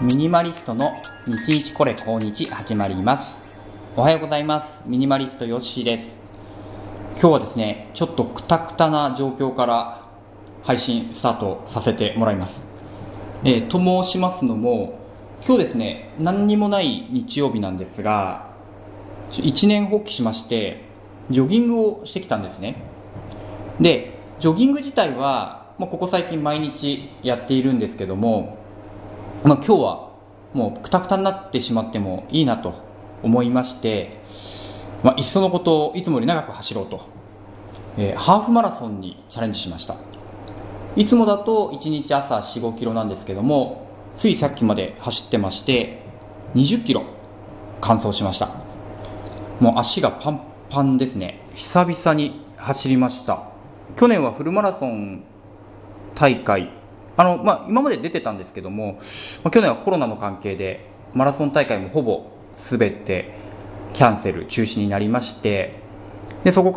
ミニマリストの日日これ今日始まります。おはようございます。ミニマリストよっしーです。今日はですね、ちょっとクタクタな状況から配信スタートさせてもらいます。と申しますのも、今日ですね、何にもない日曜日なんですが、一年発起しましてジョギングをしてきたんですね。で、ジョギング自体は、ここ最近毎日やっているんですけども、今日はもうクタクタになってしまってもいいなと思いまして、いっそのことをいつもより長く走ろうと、ハーフマラソンにチャレンジしました。いつもだと1日朝 4,5 キロなんですけども、ついさっきまで走ってまして20キロ完走しました。もう足がパンパンですね。久々に走りました。去年はフルマラソン大会今まで出てたんですけども、去年はコロナの関係でマラソン大会もほぼ全てキャンセル中止になりまして、でそこから、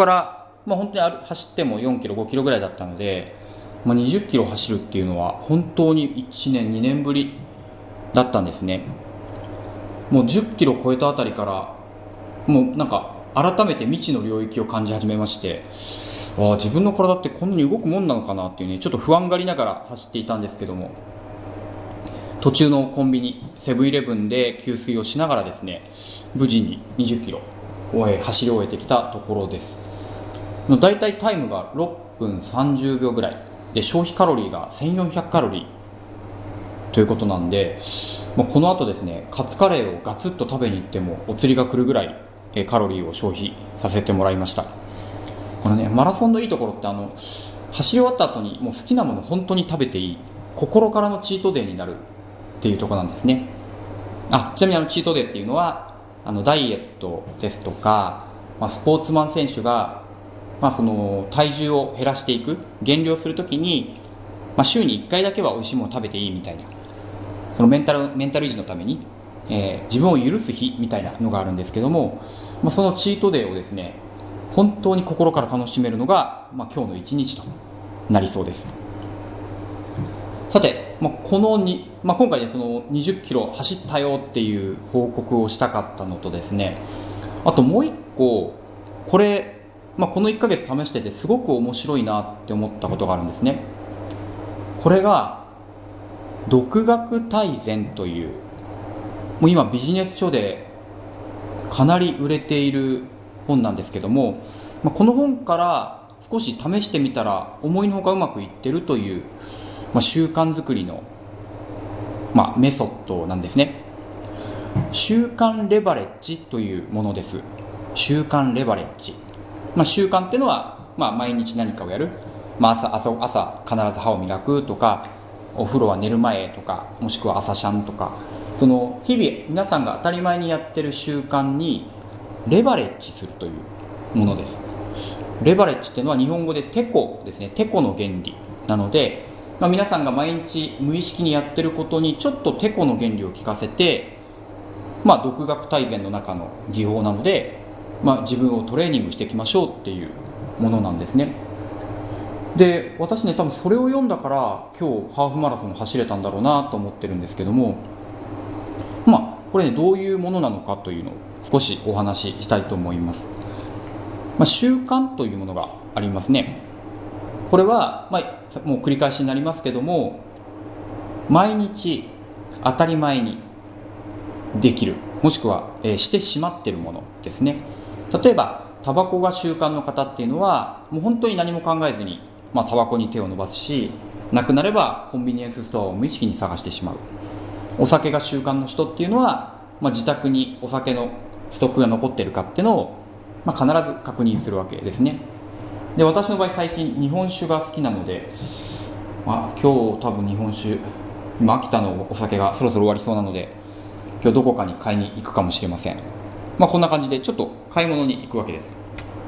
本当に走っても4キロ5キロぐらいだったので、20キロ走るっていうのは本当に1年2年ぶりだったんですね。もう10キロ超えたあたりからもう改めて未知の領域を感じ始めまして、自分の体ってこんなに動くもんなのかなっていうね、ちょっと不安がりながら走っていたんですけども、途中のコンビニセブンイレブンで給水をしながらですね、無事に20キロを走り終えてきたところです。だいたいタイムが6分30秒ぐらいで、消費カロリーが1400カロリーということなんで、この後ですね、カツカレーをガツッと食べに行ってもお釣りが来るぐらいカロリーを消費させてもらいました。これね、マラソンのいいところって走り終わった後にもう好きなもの本当に食べていい、心からのチートデーになるっていうところなんですね。ちなみにチートデーっていうのはダイエットですとか、スポーツマン選手が、その体重を減らしていく、減量するときに、週に1回だけは美味しいものを食べていいみたいな、そのメンタル維持のために、自分を許す日みたいなのがあるんですけども、そのチートデーをですね、本当に心から楽しめるのが、今日の一日となりそうです。さて、今回でその20キロ走ったよっていう報告をしたかったのとですね、あともう一個、これ、この1ヶ月試しててすごく面白いなって思ったことがあるんですね。これが独学大全という、もう今ビジネス書でかなり売れている本なんですけども、この本から少し試してみたら思いのほかうまくいってるという、習慣づくりの、メソッドなんですね。習慣レバレッジというものです。習慣レバレッジ、習慣っていうのは、毎日何かをやる、朝必ず歯を磨くとか、お風呂は寝る前とか、もしくは朝シャンとか、その日々皆さんが当たり前にやってる習慣にレバレッジするというものです。レバレッジっていうのは日本語でテコですね。テコの原理なので、皆さんが毎日無意識にやってることにちょっとテコの原理を聞かせて、独学大全の中の技法なので、自分をトレーニングしていきましょうっていうものなんですね。で、私ね、多分それを読んだから今日ハーフマラソンを走れたんだろうなと思ってるんですけども、これね、どういうものなのかというのを少しお話ししたいと思います。習慣というものがありますね。これは、もう繰り返しになりますけども、毎日当たり前にできる、もしくは、してしまっているものですね。例えばタバコが習慣の方っていうのは、もう本当に何も考えずに、タバコに手を伸ばすし、なくなればコンビニエンスストアを無意識に探してしまう。お酒が習慣の人っていうのは、自宅にお酒のストックが残っているかっていうのを、必ず確認するわけですね。で、私の場合最近日本酒が好きなので、今日多分日本酒、今秋田のお酒がそろそろ終わりそうなので、今日どこかに買いに行くかもしれません。こんな感じでちょっと買い物に行くわけです。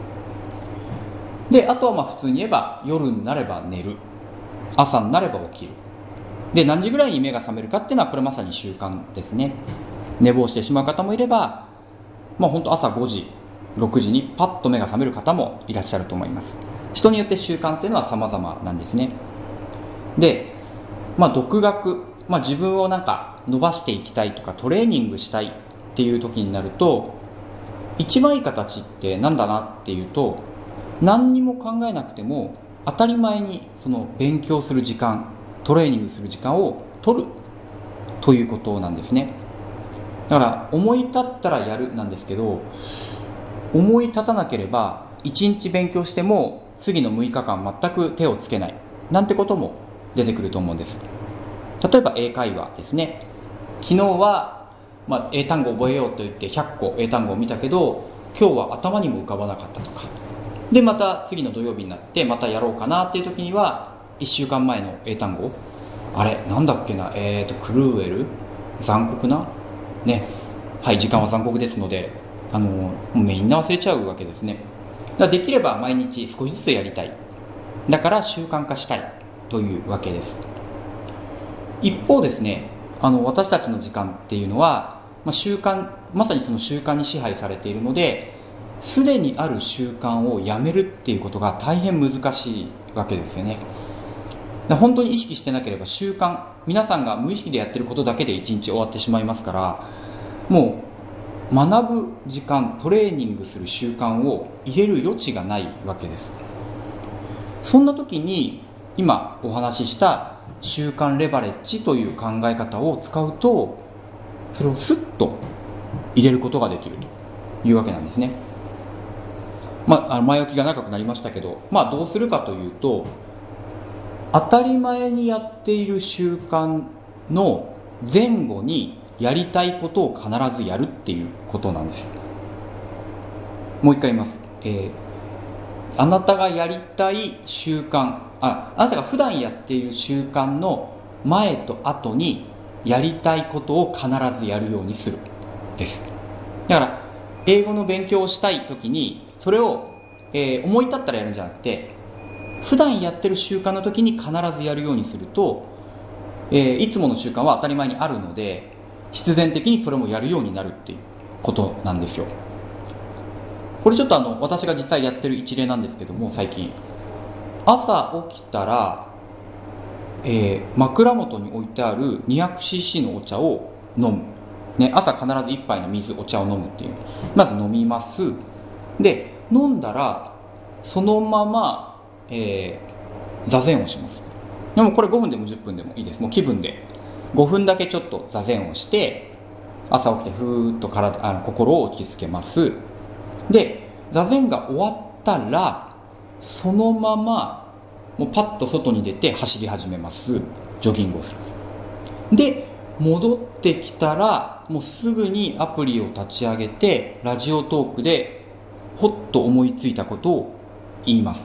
で、あとは普通に言えば夜になれば寝る、朝になれば起きる。で、何時ぐらいに目が覚めるかっていうのはこれまさに習慣ですね。寝坊してしまう方もいれば、本当朝5時6時にパッと目が覚める方もいらっしゃると思います。人によって習慣っていうのは様々なんですね。で、独学、自分を伸ばしていきたいとかトレーニングしたいっていう時になると、一番いい形ってなんだなっていうと、何にも考えなくても当たり前にその勉強する時間、トレーニングする時間を取るということなんですね。だから思い立ったらやるなんですけど、思い立たなければ1日勉強しても次の6日間全く手をつけないなんてことも出てくると思うんです。例えば英会話ですね。昨日は、英単語を覚えようと言って100個英単語を見たけど、今日は頭にも浮かばなかったとかで、また次の土曜日になってまたやろうかなっていう時には1週間前の英単語、あれなんだっけな、クルーエル、残酷なね、はい、時間は残酷ですので、みんな忘れちゃうわけですね。だからできれば毎日少しずつやりたい、だから習慣化したいというわけです。一方ですね、私たちの時間っていうのは、習慣、まさにその習慣に支配されているので、すでにある習慣をやめるっていうことが大変難しいわけですよね。だ本当に意識してなければ習慣、皆さんが無意識でやってることだけで一日終わってしまいますから、もう学ぶ時間、トレーニングする習慣を入れる余地がないわけです。そんな時に今お話しした習慣レバレッジという考え方を使うと、それをスッと入れることができるというわけなんですね。前置きが長くなりましたけど、どうするかというと、当たり前にやっている習慣の前後にやりたいことを必ずやるっていうことなんですよ。もう一回言います。あなたがやりたい習慣、あなたが普段やっている習慣の前と後にやりたいことを必ずやるようにするです。だから英語の勉強をしたいときにそれを、思い立ったらやるんじゃなくて、普段やってる習慣の時に必ずやるようにすると、いつもの習慣は当たり前にあるので、必然的にそれもやるようになるっていうことなんですよ。これちょっと私が実際やってる一例なんですけども、最近朝起きたら、枕元に置いてある 200cc のお茶を飲む、ね、朝必ず1杯の水、お茶を飲むっていう、まず飲みます。で飲んだらそのまま、座禅をします。でもこれ5分でも10分でもいいです。もう気分で5分だけちょっと座禅をして、朝起きてふーっと心を落ち着けます。で座禅が終わったらそのままもうパッと外に出て走り始めます。ジョギングをする。で戻ってきたらもうすぐにアプリを立ち上げてラジオトークでほっと思いついたことを言います。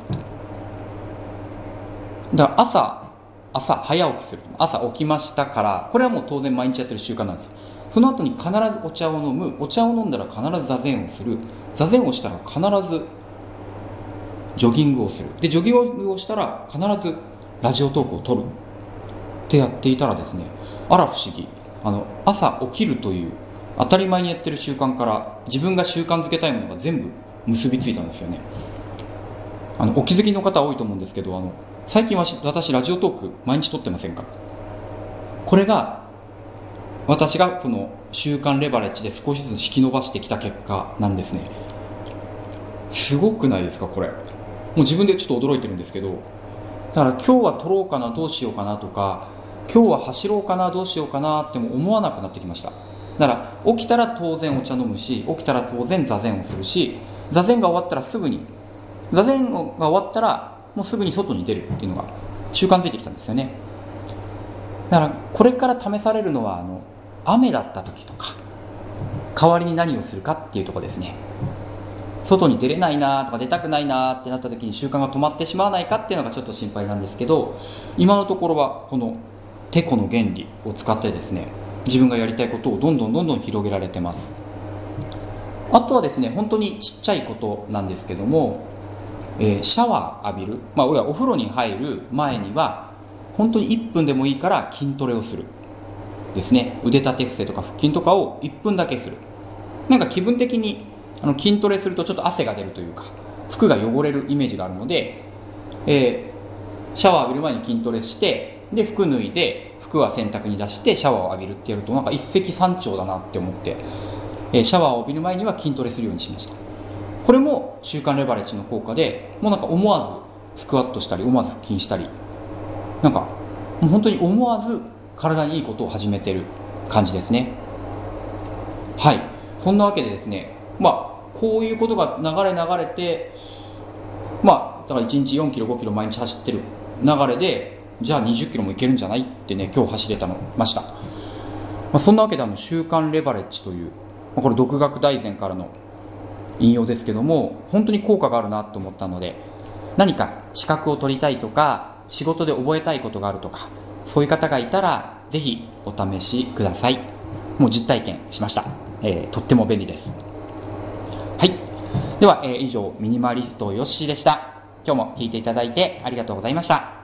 だから朝早起きする、朝起きましたから、これはもう当然毎日やってる習慣なんですよ。その後に必ずお茶を飲む、お茶を飲んだら必ず座禅をする、座禅をしたら必ずジョギングをする、でジョギングをしたら必ずラジオトークを撮るってやっていたらですね、あら不思議、朝起きるという当たり前にやってる習慣から自分が習慣づけたいものが全部結びついたんですよね。お気づきの方多いと思うんですけど、最近私ラジオトーク毎日撮ってませんか？これが私がその習慣レバレッジで少しずつ引き伸ばしてきた結果なんですね。すごくないですかこれ。もう自分でちょっと驚いてるんですけど、だから今日は撮ろうかな、どうしようかなとか、今日は走ろうかな、どうしようかなっても思わなくなってきました。だから起きたら当然お茶飲むし、起きたら当然座禅をするし、座禅が終わったらすぐに、座禅が終わったらもうすぐに外に出るっていうのが習慣づいてきたんですよね。だからこれから試されるのは雨だった時とか、代わりに何をするかっていうところですね。外に出れないなとか出たくないなってなった時に習慣が止まってしまわないかっていうのがちょっと心配なんですけど、今のところはこのテコの原理を使ってですね、自分がやりたいことをどんどん広げられてます。あとはですね、本当にちっちゃいことなんですけども、シャワー浴びる、お風呂に入る前には本当に1分でもいいから筋トレをするですね。腕立て伏せとか腹筋とかを1分だけする。なんか気分的に筋トレするとちょっと汗が出るというか、服が汚れるイメージがあるので、シャワー浴びる前に筋トレして、で服脱いで腹服は洗濯に出してシャワーを浴びるってやるとなんか一石三鳥だなって思って、シャワーを浴びる前には筋トレするようにしました。これも習慣レバレッジの効果で、もうなんか思わずスクワットしたり思わず腹筋したり、なんかもう本当に思わず体にいいことを始めてる感じですね。はい、そんなわけでですね、こういうことが流れて、だから1日4キロ5キロ毎日走ってる流れで、じゃあ20キロもいけるんじゃないってね、今日走れたのました。そんなわけで習慣レバレッジという、これ独学大全からの引用ですけども、本当に効果があるなと思ったので、何か資格を取りたいとか仕事で覚えたいことがあるとか、そういう方がいたらぜひお試しください。もう実体験しました。とっても便利です。はい、では、以上ミニマリストヨッシーでした。今日も聞いていただいてありがとうございました。